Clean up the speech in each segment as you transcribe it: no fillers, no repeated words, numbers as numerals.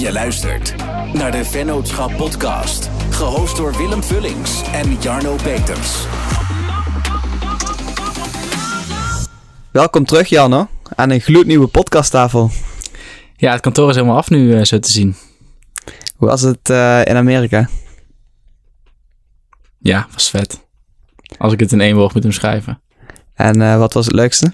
Je luistert naar de Vennootschap podcast, gehost door Willem Vullings en Jarno Peters. Welkom terug, Jarno, aan een gloednieuwe podcasttafel. Ja, het kantoor is helemaal af nu, zo te zien. Hoe was het in Amerika? Ja, was vet. Als ik het in 1 woord moet omschrijven. En wat was het leukste?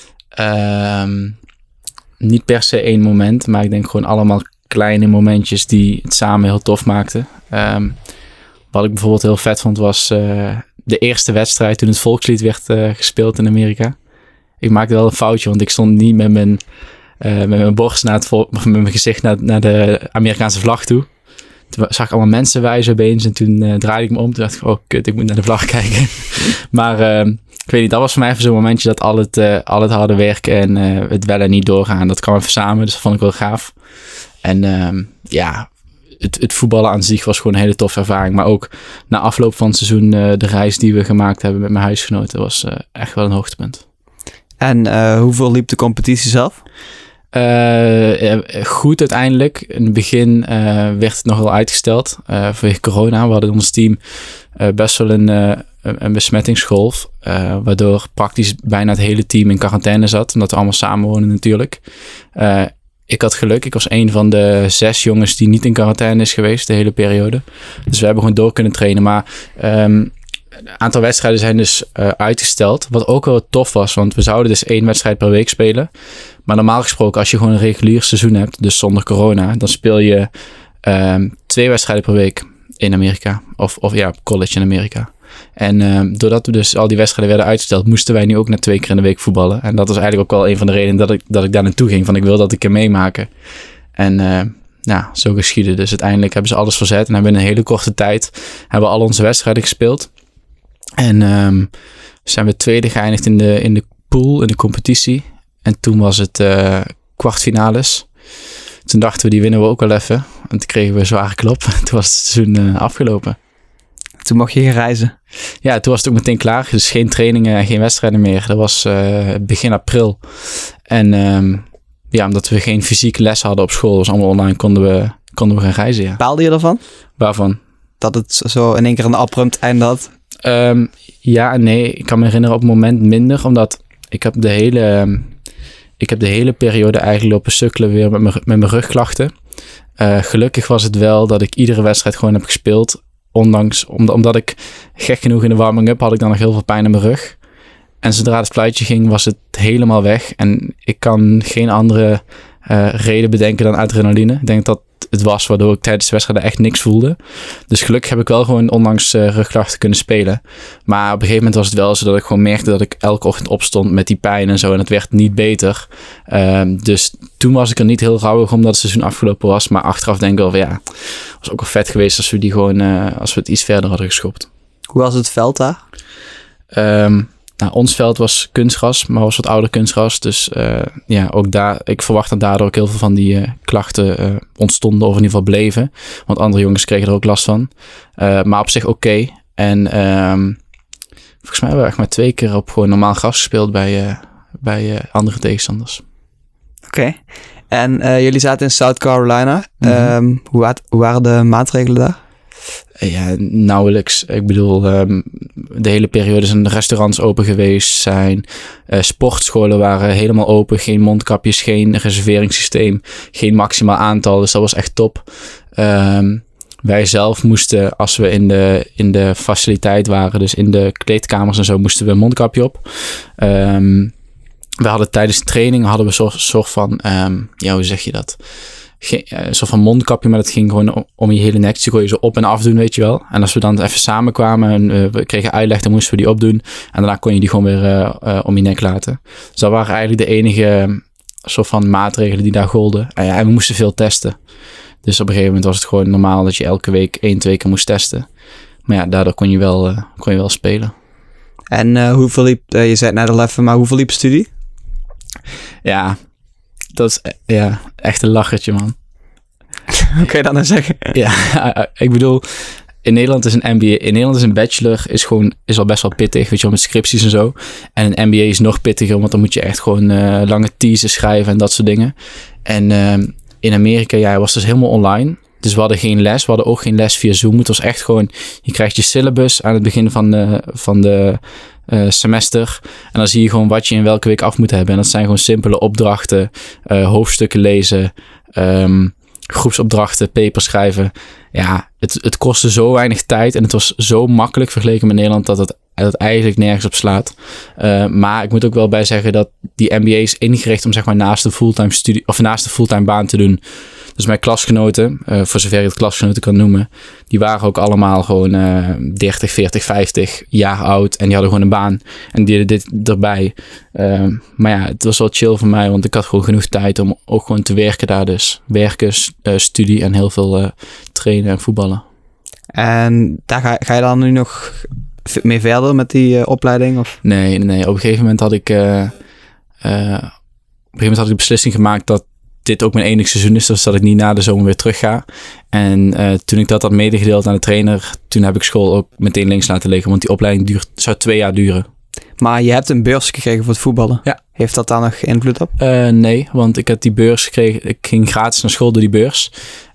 Niet per se 1 moment, maar ik denk gewoon allemaal kleine momentjes die het samen heel tof maakten. Wat ik bijvoorbeeld heel vet vond was de eerste wedstrijd toen het volkslied werd gespeeld in Amerika. Ik maakte wel een foutje, want ik stond niet met mijn borst met mijn gezicht naar de Amerikaanse vlag toe. Toen zag ik allemaal mensen wijzen opeens en toen draaide ik me om. Toen dacht ik, oh kut, ik moet naar de vlag kijken. Maar ik weet niet, dat was voor mij even zo'n momentje dat al het harde werk en het wel en niet doorgaan, dat kwam even samen. Dus dat vond ik wel gaaf. En het voetballen aan zich was gewoon een hele toffe ervaring. Maar ook na afloop van het seizoen de reis die we gemaakt hebben met mijn huisgenoten was echt wel een hoogtepunt. En hoeveel liep de competitie zelf? Goed uiteindelijk. In het begin werd het nog wel uitgesteld vanwege corona. We hadden in ons team best wel een besmettingsgolf. Waardoor praktisch bijna het hele team in quarantaine zat. Omdat we allemaal samen wonen natuurlijk. Ik had geluk. Ik was een van de 6 jongens die niet in quarantaine is geweest de hele periode. Dus we hebben gewoon door kunnen trainen. Maar een aantal wedstrijden zijn dus uitgesteld. Wat ook wel tof was. Want we zouden dus 1 wedstrijd per week spelen. Maar normaal gesproken, als je gewoon een regulier seizoen hebt, dus zonder corona, dan speel je 2 wedstrijden per week in Amerika. Of college in Amerika. En doordat we dus al die wedstrijden werden uitgesteld, moesten wij nu ook net 2 keer in de week voetballen. En dat was eigenlijk ook wel een van de redenen dat ik daar naartoe ging. Van ik wil dat ik er meemaken. En zo geschiedde. Dus uiteindelijk hebben ze alles verzet. En hebben in een hele korte tijd hebben we al onze wedstrijden gespeeld. En zijn we tweede geëindigd in de pool, in de competitie. En toen was het kwartfinales. Toen dachten we, die winnen we ook wel even. En toen kregen we een zware klop. Toen was het seizoen afgelopen. Toen mocht je gaan reizen. Ja, toen was het ook meteen klaar. Dus geen trainingen en geen wedstrijden meer. Dat was begin april. En omdat we geen fysieke les hadden op school, dus allemaal online, konden we gaan reizen. Ja. Baalde je ervan? Waarvan? Dat het zo in één keer een abrupt einde had? Ja en nee. Ik kan me herinneren op het moment minder, omdat ik heb de hele periode eigenlijk lopen sukkelen weer met mijn rugklachten. Gelukkig was het wel dat ik iedere wedstrijd gewoon heb gespeeld. Omdat ik gek genoeg in de warming-up had ik dan nog heel veel pijn in mijn rug. En zodra het fluitje ging was het helemaal weg. En ik kan geen andere reden bedenken dan adrenaline. Ik denk dat het was waardoor ik tijdens de wedstrijd echt niks voelde. Dus gelukkig heb ik wel gewoon ondanks rugklachten kunnen spelen. Maar op een gegeven moment was het wel zo dat ik gewoon merkte dat ik elke ochtend opstond met die pijn en zo. En het werd niet beter. Dus toen was ik er niet heel rouwig omdat het seizoen afgelopen was. Maar achteraf denk ik wel van het was ook wel vet geweest als we die gewoon, als we het iets verder hadden geschopt. Hoe was het veld daar? Ons veld was kunstgras, maar was wat ouder kunstgras. Dus ook daar, ik verwacht dat daardoor ook heel veel van die klachten ontstonden of in ieder geval bleven. Want andere jongens kregen er ook last van. Maar op zich oké. En volgens mij hebben we echt maar 2 keer op gewoon normaal gras gespeeld bij andere tegenstanders. Oké. En jullie zaten in South Carolina. Mm-hmm. Hoe waren de maatregelen daar? Ja, nauwelijks. Ik bedoel, de hele periode zijn de restaurants open geweest zijn. Sportscholen waren helemaal open. Geen mondkapjes, geen reserveringssysteem. Geen maximaal aantal. Dus dat was echt top. Wij zelf moesten, als we in de faciliteit waren, dus in de kleedkamers en zo, moesten we een mondkapje op. We hadden tijdens de training een soort van, hoe zeg je dat? Een soort van mondkapje, maar dat ging gewoon om je hele nek. Dus die kon je zo op en af doen, weet je wel. En als we dan even samenkwamen en we kregen uitleg, dan moesten we die opdoen. En daarna kon je die gewoon weer om je nek laten. Dus dat waren eigenlijk de enige soort van maatregelen die daar golden. En we moesten veel testen. Dus op een gegeven moment was het gewoon normaal dat je elke week 1-2 keer moest testen. Maar ja, daardoor kon je wel spelen. En hoeveel liep, je zei net al even, maar hoeveel liep studie? Ja, dat is echt een lachertje, man. Hoe kun je dat nou zeggen? Ja, ik bedoel, in Nederland is een MBA, in Nederland is een bachelor is al best wel pittig, weet je wel, met scripties en zo. En een MBA is nog pittiger, want dan moet je echt gewoon lange theses schrijven en dat soort dingen. En in Amerika, was dus helemaal online. Dus we hadden geen les. We hadden ook geen les via Zoom. Het was echt gewoon, je krijgt je syllabus aan het begin van de semester. En dan zie je gewoon wat je in welke week af moet hebben. En dat zijn gewoon simpele opdrachten, hoofdstukken lezen, groepsopdrachten, papers schrijven. Ja, het kostte zo weinig tijd en het was zo makkelijk vergeleken met Nederland dat het eigenlijk nergens op slaat. Maar ik moet ook wel bij zeggen dat die MBA is ingericht om zeg maar naast de fulltime studie of naast de fulltime baan te doen. Dus mijn klasgenoten, voor zover je het klasgenoten kan noemen, die waren ook allemaal gewoon 30, 40, 50 jaar oud en die hadden gewoon een baan en die deden dit erbij. Maar ja, het was wel chill voor mij, want ik had gewoon genoeg tijd om ook gewoon te werken daar dus. Werken, studie en heel veel trainen en voetballen. En daar ga je dan nu nog mee verder met die opleiding? Of? Nee. Op een gegeven moment had ik de beslissing gemaakt dat dit ook mijn enige seizoen is, dus dat ik niet na de zomer weer terug ga. En toen ik dat had medegedeeld aan de trainer, toen heb ik school ook meteen links laten liggen, want die opleiding zou 2 jaar duren. Maar je hebt een beurs gekregen voor het voetballen. Ja. Heeft dat daar nog invloed op? Nee, want ik heb die beurs gekregen. Ik ging gratis naar school door die beurs.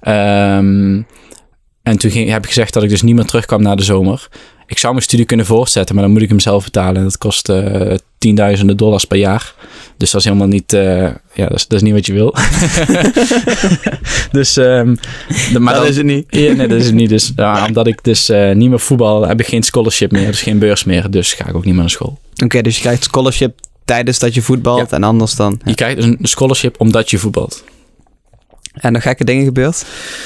En toen heb ik gezegd dat ik dus niet meer terugkwam na de zomer. Ik zou mijn studie kunnen voortzetten, maar dan moet ik hem zelf betalen. En dat kost $10,000 per jaar. Dus dat is helemaal niet... dat is niet wat je wil. Dus... maar dat is het niet. Ja, nee, dat is het niet. Dus omdat ik dus niet meer voetbal, heb ik geen scholarship meer. Dus geen beurs meer. Dus ga ik ook niet meer naar school. Oké, dus je krijgt scholarship tijdens dat je voetbalt en anders dan... Ja. Je krijgt dus een scholarship omdat je voetbalt. En nog gekke dingen gebeurd?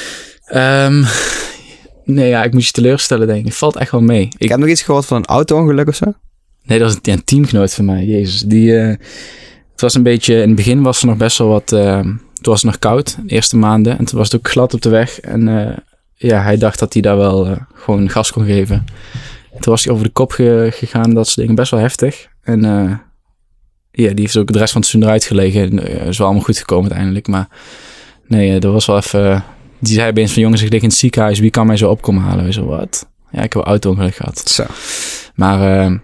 Nee, ik moet je teleurstellen, denk ik. Het valt echt wel mee. Ik heb nog iets gehoord van een auto-ongeluk of zo? Nee, dat was een teamgenoot van mij. Jezus. Het was een beetje... In het begin was er nog best wel wat... toen was het nog koud, de eerste maanden. En toen was het ook glad op de weg. En hij dacht dat hij daar wel gewoon gas kon geven. Toen was hij over de kop gegaan. Dat soort dingen. Best wel heftig. En die heeft ook de rest van het seizoen eruit gelegen. En, is wel allemaal goed gekomen uiteindelijk. Maar nee, dat was wel even... Die zei opeens van jongens, ik lig in het ziekenhuis. Wie kan mij zo opkomen halen? We zo, wat? Ja, ik heb een auto-ongeluk gehad. Zo. Maar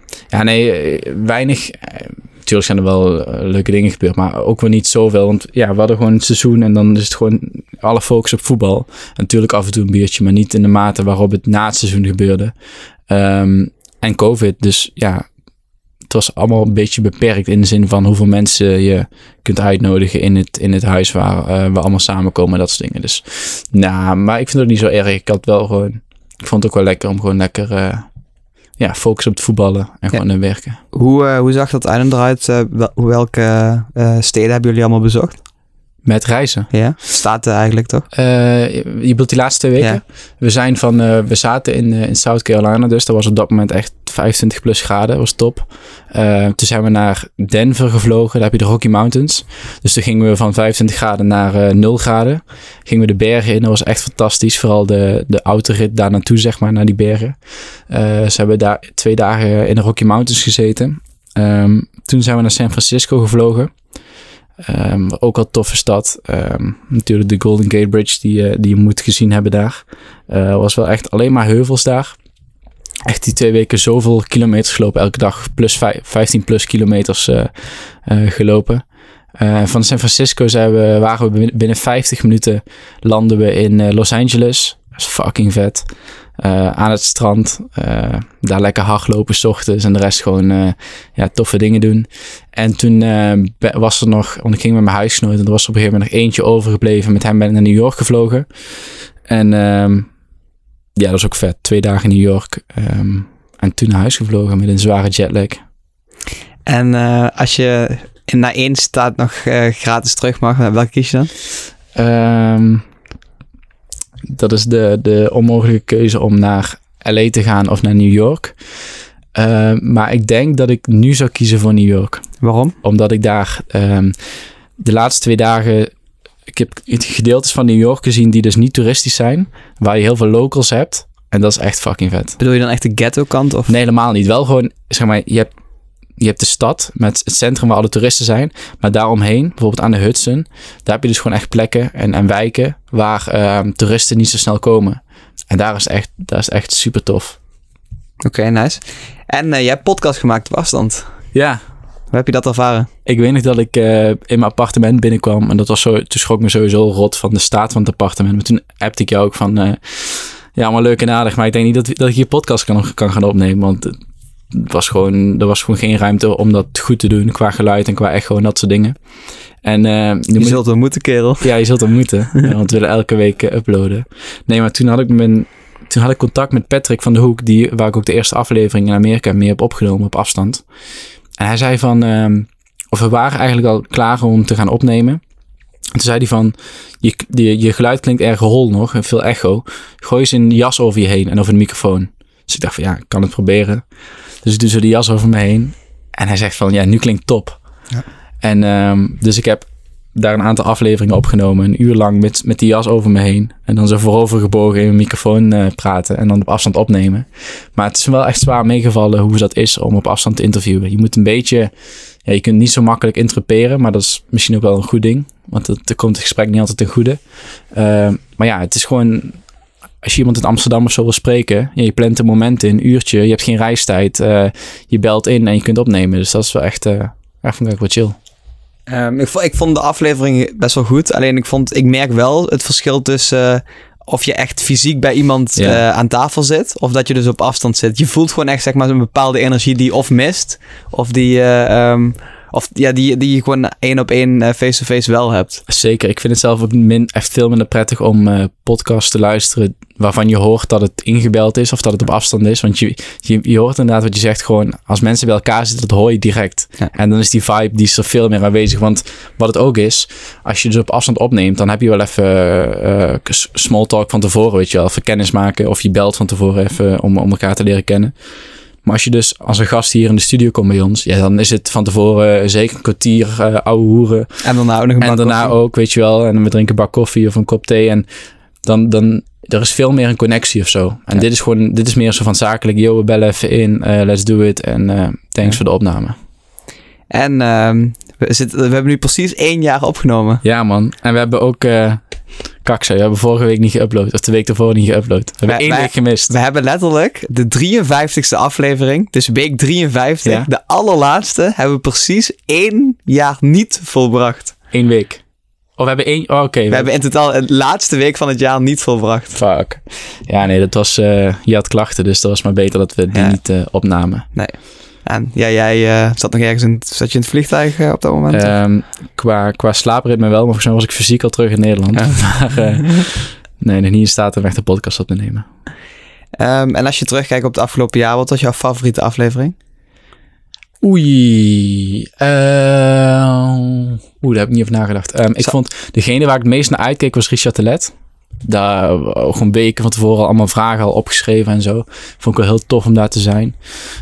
weinig. Natuurlijk zijn er wel leuke dingen gebeurd, maar ook wel niet zoveel. Want we hadden gewoon een seizoen en dan is het gewoon alle focus op voetbal. En natuurlijk af en toe een biertje, maar niet in de mate waarop het na het seizoen gebeurde. En COVID, dus ja, het was allemaal een beetje beperkt in de zin van hoeveel mensen je kunt uitnodigen in het huis waar we allemaal samenkomen, dat soort dingen. Dus, maar ik vind het niet zo erg. Ik vond het ook wel lekker om gewoon lekker focus op het voetballen en gewoon werken. Hoe zag dat eiland eruit? Welke steden hebben jullie allemaal bezocht? Met reizen? Ja, staten eigenlijk toch? Je bedoelt die laatste 2 weken? Ja. We zaten in South Carolina, dus dat was op dat moment echt 25 plus graden, dat was top. Toen zijn we naar Denver gevlogen, daar heb je de Rocky Mountains. Dus toen gingen we van 25 graden naar 0 graden. Gingen we de bergen in, dat was echt fantastisch. Vooral de autorit daar naartoe, zeg maar, naar die bergen. Ze hebben daar 2 dagen in de Rocky Mountains gezeten. Toen zijn we naar San Francisco gevlogen. Ook al toffe stad. Natuurlijk de Golden Gate Bridge die je moet gezien hebben daar. Was wel echt alleen maar heuvels daar. Echt die 2 weken zoveel kilometers gelopen. Elke dag plus 15 plus kilometers gelopen. Van San Francisco waren we binnen 50 minuten landen we in Los Angeles. Dat is fucking vet. Aan het strand. Daar lekker hardlopen 's ochtends. En de rest gewoon toffe dingen doen. En toen was er nog... Want ik ging met mijn huisgenoot. En er was er op een gegeven moment nog eentje overgebleven. Met hem ben ik naar New York gevlogen. En dat was ook vet. 2 dagen in New York. En toen naar huis gevlogen met een zware jetlag. En als je naar 1 staat nog gratis terug mag, welke kies je dan? Dat is de onmogelijke keuze om naar LA te gaan of naar New York. Maar ik denk dat ik nu zou kiezen voor New York. Waarom? Omdat ik daar de laatste 2 dagen... Ik heb gedeeltes van New York gezien die dus niet toeristisch zijn. Waar je heel veel locals hebt. En dat is echt fucking vet. Bedoel je dan echt de ghetto kant? Of? Nee, helemaal niet. Wel gewoon, zeg maar, je hebt de stad met het centrum waar alle toeristen zijn. Maar daaromheen, bijvoorbeeld aan de Hudson, daar heb je dus gewoon echt plekken en wijken waar toeristen niet zo snel komen. En daar is echt super tof. Oké, nice. En je hebt podcast gemaakt op afstand. Ja. Hoe heb je dat ervaren? Ik weet nog dat ik in mijn appartement binnenkwam. En dat was zo, toen schrok me sowieso rot van de staat van het appartement. Maar toen appte ik jou ook van... ja, maar leuk en aardig. Maar ik denk niet dat ik je podcast kan gaan opnemen. Want er was gewoon geen ruimte om dat goed te doen. Qua geluid en qua echo en dat soort dingen. En, je zult wel moeten, kerel. Ja, je zult wel moeten. Want we willen elke week uploaden. Nee, maar toen had ik contact met Patrick van de Hoek. Waar ik ook de eerste aflevering in Amerika mee heb opgenomen op afstand. En hij zei van... of we waren eigenlijk al klaar om te gaan opnemen. En toen zei hij van... Je geluid klinkt erg hol nog. En veel echo. Gooi eens een jas over je heen en over de microfoon. Dus ik dacht van ja, ik kan het proberen. Dus ik doe zo die jas over me heen. En hij zegt van ja, nu klinkt top. Ja. En dus ik heb daar een aantal afleveringen opgenomen. Een uur lang met die jas over me heen. En dan zo voorover gebogen in een microfoon praten. En dan op afstand opnemen. Maar het is wel echt zwaar meegevallen hoe dat is om op afstand te interviewen. Je moet een beetje... Ja, je kunt niet zo makkelijk interpreteren. Maar dat is misschien ook wel een goed ding. Want er komt het gesprek niet altijd ten goede. Maar ja, het is gewoon... Als je iemand in Amsterdam of zo wil spreken... Ja, je plant een moment in, een uurtje. Je hebt geen reistijd. Je belt in en je kunt opnemen. Dus dat is wel echt... vond ik wel chill. Ik vond de aflevering best wel goed. Alleen ik merk wel het verschil tussen of je echt fysiek bij iemand aan tafel zit, of dat je dus op afstand zit. Je voelt gewoon echt zeg maar een bepaalde energie die of mist, of die je gewoon 1-op-1 face-to-face wel hebt. Zeker. Ik vind het zelf ook echt veel minder prettig om podcasts te luisteren waarvan je hoort dat het ingebeld is of dat het op afstand is. Want je hoort inderdaad wat je zegt gewoon, als mensen bij elkaar zitten, dat hoor je direct. Ja. En dan is die vibe, die is er veel meer aanwezig. Want wat het ook is, als je dus op afstand opneemt, dan heb je wel even small talk van tevoren, weet je wel. Even kennis maken of je belt van tevoren even om elkaar te leren kennen. Maar als je dus als een gast hier in de studio komt bij ons... Ja, dan is het van tevoren zeker een kwartier ouwe hoeren. En daarna ook nog een bak koffie. En daarna ook, weet je wel. En we drinken een bak koffie of een kop thee. En dan er is veel meer een connectie of zo. En dit is meer zo van zakelijk. Yo, we bellen even in. Let's do it. En thanks voor de opname. En we hebben nu precies 1 jaar opgenomen. Ja, man. En we hebben ook... we hebben vorige week niet geüpload. Of de week ervoor niet geüpload. We hebben 1 week gemist. We hebben letterlijk de 53ste aflevering. Dus week 53. Ja. De allerlaatste hebben we precies 1 jaar niet volbracht. 1 week. Of we hebben 1... Oh, oké. We hebben in totaal de laatste week van het jaar niet volbracht. Fuck. Ja, nee, dat was... je had klachten, dus dat was maar beter dat we die niet opnamen. Nee. En jij zat nog ergens zat je in het vliegtuig op dat moment? Qua slaapritme wel, maar volgens mij was ik fysiek al terug in Nederland. Ja. Maar nee, nog niet in staat om echt een podcast op te nemen. En als je terugkijkt op het afgelopen jaar, wat was jouw favoriete aflevering? Daar heb ik niet over nagedacht. Ik vond degene waar ik het meest naar uitkeek was Richard de Let. Daar gewoon weken van tevoren al allemaal vragen al opgeschreven en zo. Vond ik wel heel tof om daar te zijn.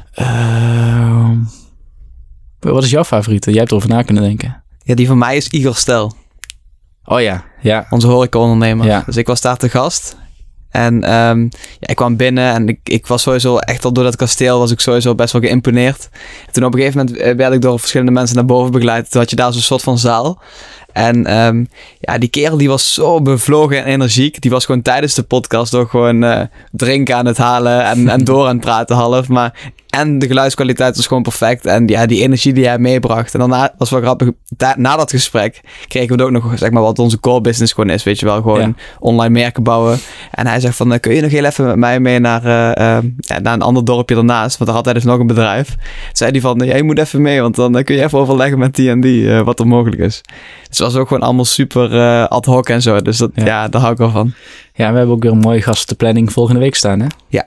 Wat is jouw favoriete? Jij hebt erover na kunnen denken. Ja, die van mij is Igor Stel. Oh ja. Onze horeca-ondernemer. Ja. Dus ik was daar te gast. En ik kwam binnen en ik was sowieso echt al door dat kasteel was ik sowieso best wel geïmponeerd. En toen op een gegeven moment werd ik door verschillende mensen naar boven begeleid. Toen had je daar zo'n soort van zaal. En die kerel die was zo bevlogen en energiek. Die was gewoon tijdens de podcast door gewoon drinken aan het halen en door aan het praten half. En de geluidskwaliteit was gewoon perfect. En die energie die hij meebracht. En daarna was wel grappig. Na dat gesprek kregen we ook nog zeg maar wat onze core business gewoon is. Weet je wel, gewoon online merken bouwen. En hij zegt van, kun je nog heel even met mij mee naar een ander dorpje ernaast. Want daar had hij dus nog een bedrijf. Toen zei hij van, je moet even mee. Want dan kun je even overleggen met die en die wat er mogelijk is. Dus het was ook gewoon allemaal super ad hoc en zo. Dus daar hou ik wel van. Ja, we hebben ook weer een mooie gast op de planning volgende week staan, hè? Ja.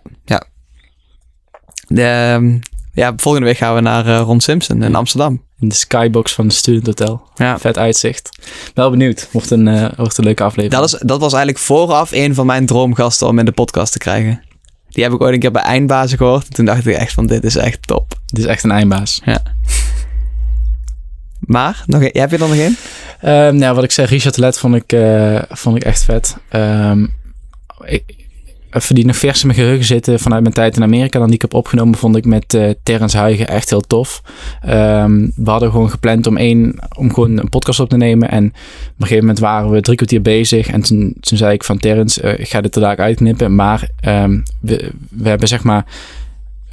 Volgende week gaan we naar Ron Simpson in Amsterdam. In de skybox van de Student Hotel. Ja. Vet uitzicht. Wel benieuwd. Wordt een leuke aflevering. Dat was eigenlijk vooraf een van mijn droomgasten om in de podcast te krijgen. Die heb ik ooit een keer bij Eindbazen gehoord. En toen dacht ik echt van, dit is echt top. Dit is echt een eindbaas. Ja. Maar, heb je er nog één? Wat ik zei, Richard de Let vond ik echt vet. Even die nog vers in mijn geheugen zitten vanuit mijn tijd in Amerika dan die ik heb opgenomen, vond ik met Terrence Huygen echt heel tof. We hadden gewoon gepland om gewoon een podcast op te nemen en op een gegeven moment waren we 3 kwartier bezig en toen zei ik van Terrence, ik ga dit er daar uitknippen, maar we hebben zeg maar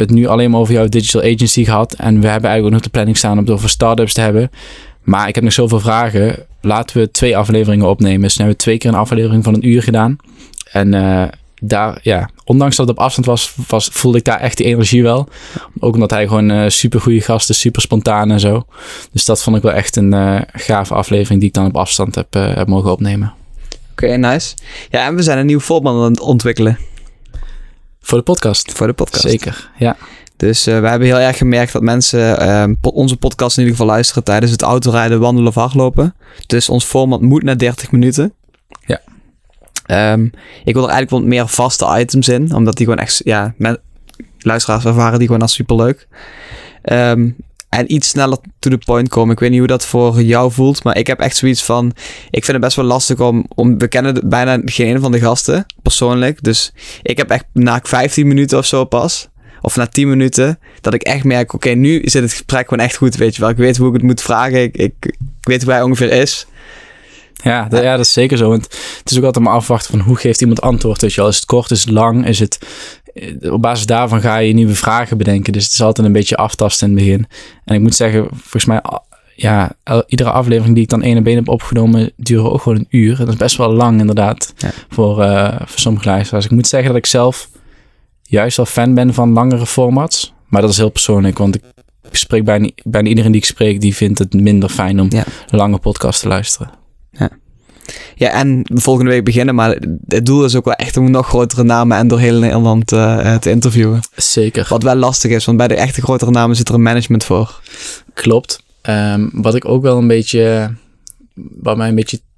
het nu alleen maar over jouw digital agency gehad. En we hebben eigenlijk ook nog de planning staan om het over startups te hebben. Maar ik heb nog zoveel vragen. Laten we 2 afleveringen opnemen. Dus nu hebben we 2 keer een aflevering van 1 uur gedaan. En daar, ondanks dat het op afstand was, voelde ik daar echt die energie wel. Ook omdat hij gewoon super goede gast is, super spontaan en zo. Dus dat vond ik wel echt een gave aflevering die ik dan op afstand heb mogen opnemen. Oké, nice. Ja, en we zijn een nieuw format aan het ontwikkelen. Voor de podcast. Zeker, ja. Dus we hebben heel erg gemerkt dat mensen onze podcast in ieder geval luisteren tijdens het autorijden, wandelen of hardlopen. Dus ons format moet naar 30 minuten. Ja. Ik wil er eigenlijk wat meer vaste items in, omdat die gewoon echt, luisteraars ervaren die gewoon als superleuk. En iets sneller to the point komen. Ik weet niet hoe dat voor jou voelt, maar ik heb echt zoiets van, ik vind het best wel lastig om we kennen bijna geen een van de gasten, persoonlijk. Dus ik heb echt na 15 minuten of zo pas, of na 10 minuten, dat ik echt merk, oké, nu zit het gesprek gewoon echt goed, weet je wel. Ik weet hoe ik het moet vragen, ik weet hoe hij ongeveer is. Ja, dat is zeker zo. Want het is ook altijd maar afwachten van hoe geeft iemand antwoord. Weet je wel. Is het kort, is het lang, is het... Op basis daarvan ga je nieuwe vragen bedenken. Dus het is altijd een beetje aftasten in het begin. En ik moet zeggen, volgens mij... Ja, iedere aflevering die ik dan 1 op 1 heb opgenomen... duurde ook gewoon 1 uur. En dat is best wel lang inderdaad. Ja. Voor sommige luisteraars. Ik moet zeggen dat ik zelf juist wel fan ben van langere formats. Maar dat is heel persoonlijk. Want ik spreek bijna iedereen die ik spreek... die vindt het minder fijn om lange podcasts te luisteren. Ja, en volgende week beginnen, maar het doel is ook wel echt om nog grotere namen en door heel Nederland te interviewen. Zeker. Wat wel lastig is, want bij de echte grotere namen zit er een management voor. Klopt. Wat ik ook wel een beetje, waar ik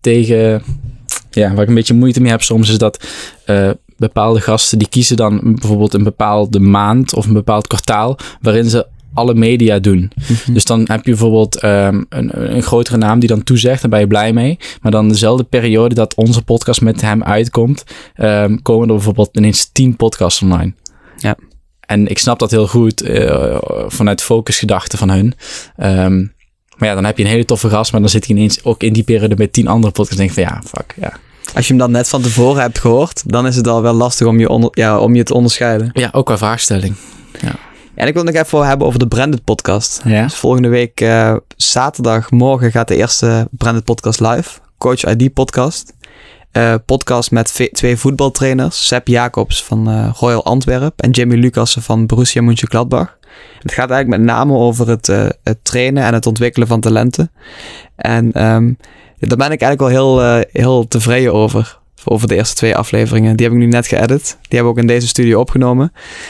een beetje moeite mee heb soms, is dat bepaalde gasten die kiezen dan bijvoorbeeld een bepaalde maand of een bepaald kwartaal, waarin ze alle media doen. Mm-hmm. Dus dan heb je bijvoorbeeld een grotere naam die dan toezegt, daar ben je blij mee. Maar dan dezelfde periode dat onze podcast met hem uitkomt, komen er bijvoorbeeld ineens 10 podcasts online. Ja. En ik snap dat heel goed vanuit focusgedachten van hun. Maar ja, dan heb je een hele toffe gast, maar dan zit hij ineens ook in die periode met 10 andere podcasts en denk van ja. Als je hem dan net van tevoren hebt gehoord, dan is het al wel lastig om je te onderscheiden. Ja, ook qua vraagstelling. Ja. En ik wil nog even hebben over de Branded podcast. Ja? Dus volgende week zaterdagmorgen gaat de eerste Branded podcast live. Coach ID podcast. Podcast met 2 voetbaltrainers. Sepp Jacobs van Royal Antwerp en Jimmy Lucassen van Borussia Mönchengladbach. Het gaat eigenlijk met name over het trainen en het ontwikkelen van talenten. En daar ben ik eigenlijk wel heel tevreden over. Over de eerste 2 afleveringen. Die heb ik nu net geëdit. Die hebben we ook in deze studio opgenomen.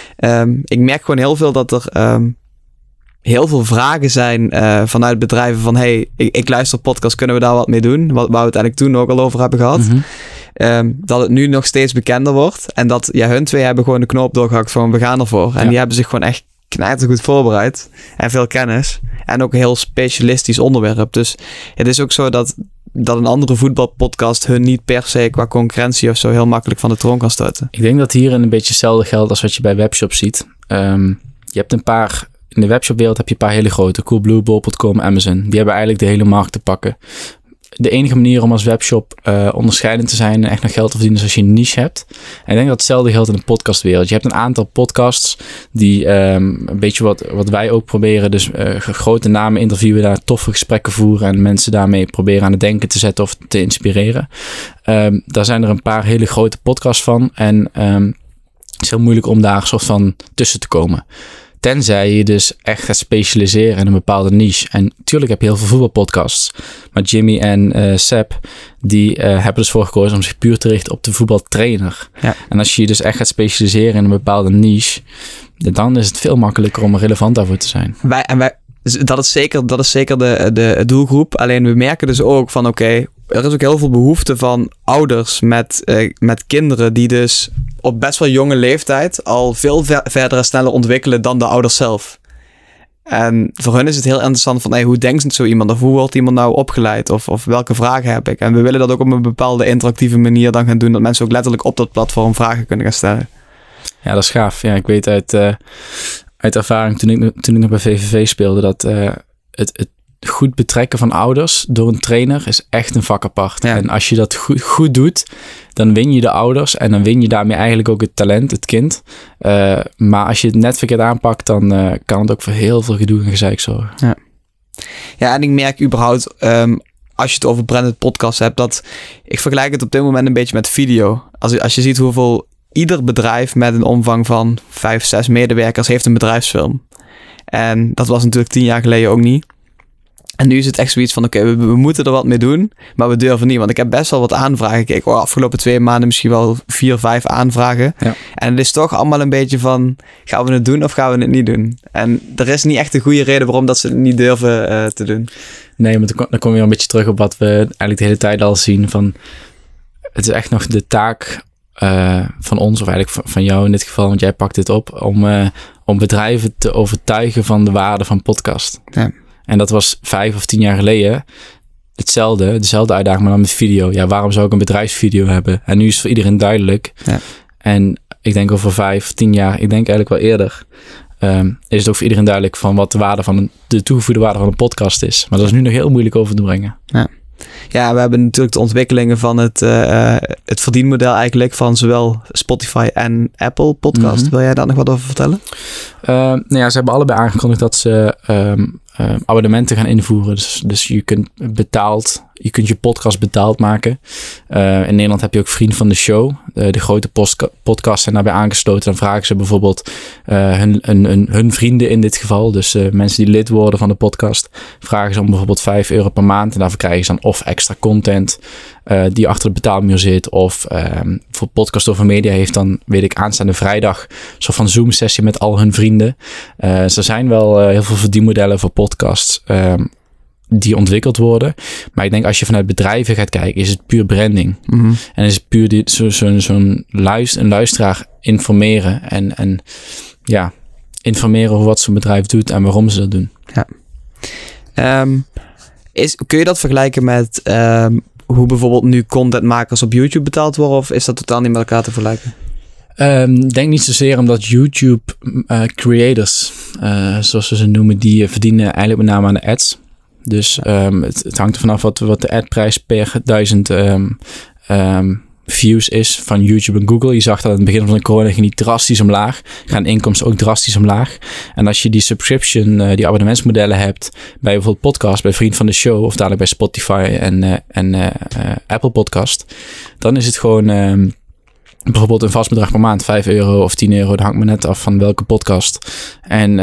Ik merk gewoon heel veel dat er heel veel vragen zijn vanuit bedrijven van hey, ik luister podcast, kunnen we daar wat mee doen? Waar we het eigenlijk toen ook al over hebben gehad. Mm-hmm. Dat het nu nog steeds bekender wordt. En dat hun 2 hebben gewoon de knoop doorgehakt van we gaan ervoor. En die hebben zich gewoon echt knijtergoed voorbereid. En veel kennis. En ook een heel specialistisch onderwerp. Dus het is ook zo dat een andere voetbalpodcast hun niet per se qua concurrentie of zo heel makkelijk van de troon kan stoten. Ik denk dat hier een beetje hetzelfde geldt als wat je bij webshops ziet. Je hebt in de webshopwereld heb je een paar hele grote. Coolblue, Bol.com, Amazon. Die hebben eigenlijk de hele markt te pakken. De enige manier om als webshop onderscheidend te zijn en echt nog geld te verdienen is als je een niche hebt. En ik denk dat hetzelfde geldt in de podcastwereld. Je hebt een aantal podcasts die een beetje wat wij ook proberen. Dus grote namen interviewen, daar toffe gesprekken voeren en mensen daarmee proberen aan het denken te zetten of te inspireren. Daar zijn er een paar hele grote podcasts van. En het is heel moeilijk om daar een soort van tussen te komen. Tenzij je dus echt gaat specialiseren in een bepaalde niche. En natuurlijk heb je heel veel voetbalpodcasts. Maar Jimmy en Sepp, die hebben dus voor gekozen om zich puur te richten op de voetbaltrainer. Ja. En als je je dus echt gaat specialiseren in een bepaalde niche, dan is het veel makkelijker om er relevant daarvoor te zijn. Dat is zeker de doelgroep. Alleen we merken dus ook van oké, er is ook heel veel behoefte van ouders met kinderen die dus op best wel jonge leeftijd al veel verder en sneller ontwikkelen dan de ouders zelf. En voor hun is het heel interessant van hoe denkt zo iemand of hoe wordt iemand nou opgeleid of welke vragen heb ik. En we willen dat ook op een bepaalde interactieve manier dan gaan doen, dat mensen ook letterlijk op dat platform vragen kunnen gaan stellen. Ja, dat is gaaf. Ja, ik weet uit ervaring toen ik nog bij VVV speelde dat goed betrekken van ouders door een trainer is echt een vak apart. Ja. En als je dat goed doet, dan win je de ouders en dan win je daarmee eigenlijk ook het talent, het kind. Maar als je het net verkeerd aanpakt, dan kan het ook voor heel veel gedoe en gezeik zorgen. Ja, en ik merk überhaupt, als je het over branded podcast hebt, dat ik vergelijk het op dit moment een beetje met video. Als je ziet hoeveel ieder bedrijf met een omvang van 5, 6 medewerkers heeft een bedrijfsfilm. En dat was natuurlijk 10 jaar geleden ook niet. En nu is het echt zoiets van, oké, we moeten er wat mee doen, maar we durven niet. Want ik heb best wel wat aanvragen. Ik hoor afgelopen 2 maanden misschien wel 4, 5 aanvragen. Ja. En het is toch allemaal een beetje van, gaan we het doen of gaan we het niet doen? En er is niet echt een goede reden waarom dat ze het niet durven te doen. Nee, maar dan kom je weer een beetje terug op wat we eigenlijk de hele tijd al zien. Van, het is echt nog de taak van ons, of eigenlijk van jou in dit geval, want jij pakt dit op, om bedrijven te overtuigen van de waarde van podcast. Ja. En dat was 5 of 10 jaar geleden dezelfde uitdaging, maar dan met video. Ja, waarom zou ik een bedrijfsvideo hebben? En nu is het voor iedereen duidelijk. Ja. En ik denk over 5, 10 jaar, ik denk eigenlijk wel eerder, is het ook voor iedereen duidelijk van wat de toegevoegde waarde van een podcast is. Maar dat is nu nog heel moeilijk over te brengen. Ja, we hebben natuurlijk de ontwikkelingen van het verdienmodel eigenlijk van zowel Spotify en Apple podcast. Mm-hmm. Wil jij daar nog wat over vertellen? Ze hebben allebei aangekondigd dat ze abonnementen gaan invoeren. Dus je kunt je podcast betaald maken. In Nederland heb je ook Vriend van de Show. De grote podcasts zijn daarbij aangesloten. Dan vragen ze bijvoorbeeld hun vrienden in dit geval. Dus mensen die lid worden van de podcast. Vragen ze om bijvoorbeeld €5 per maand. En daarvoor krijgen ze dan of extra content die achter de betaalmuur zit. Of voor Podcast Over Media heeft dan, weet ik, aanstaande vrijdag een soort van Zoom sessie met al hun vrienden. Dus er zijn wel heel veel verdienmodellen voor podcasts die ontwikkeld worden. Maar ik denk als je vanuit bedrijven gaat kijken, is het puur branding. Mm-hmm. En is het puur zo'n luisteraar informeren. En informeren over wat zo'n bedrijf doet en waarom ze dat doen. Ja. Kun je dat vergelijken met hoe bijvoorbeeld nu contentmakers op YouTube betaald worden? Of is dat totaal niet met elkaar te vergelijken? Ik denk niet zozeer omdat YouTube creators, zoals ze noemen, die verdienen eigenlijk met name aan de ads. Dus het hangt er vanaf wat de adprijs per 1000 views is van YouTube en Google. Je zag dat aan het begin van de corona ging die drastisch omlaag. Gaan inkomsten ook drastisch omlaag. En als je die subscription, die abonnementsmodellen hebt bij bijvoorbeeld podcast, bij Vriend van de Show of dadelijk bij Spotify en Apple Podcast, dan is het gewoon bijvoorbeeld een vast bedrag per maand, €5 of €10. Dat hangt me net af van welke podcast. En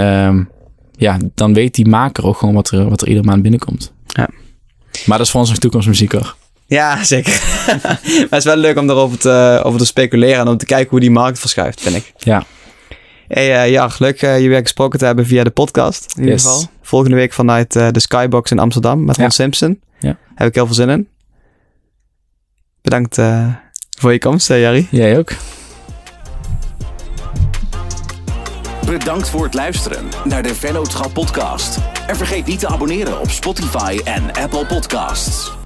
dan weet die maker ook gewoon wat er iedere maand binnenkomt. Ja. Maar dat is voor ons nog toekomstmuziek hoor. Ja, zeker. Maar het is wel leuk om daarover te speculeren en om te kijken hoe die markt verschuift, vind ik. Ja. Hey, Jar, leuk je weer gesproken te hebben via de podcast. In ieder geval. Volgende week vanuit de Skybox in Amsterdam met Ron Simpson. Ja. Heb ik heel veel zin in. Bedankt voor je komst, Jarry. Jij ook. Bedankt voor het luisteren naar de Vennootschap podcast. En vergeet niet te abonneren op Spotify en Apple Podcasts.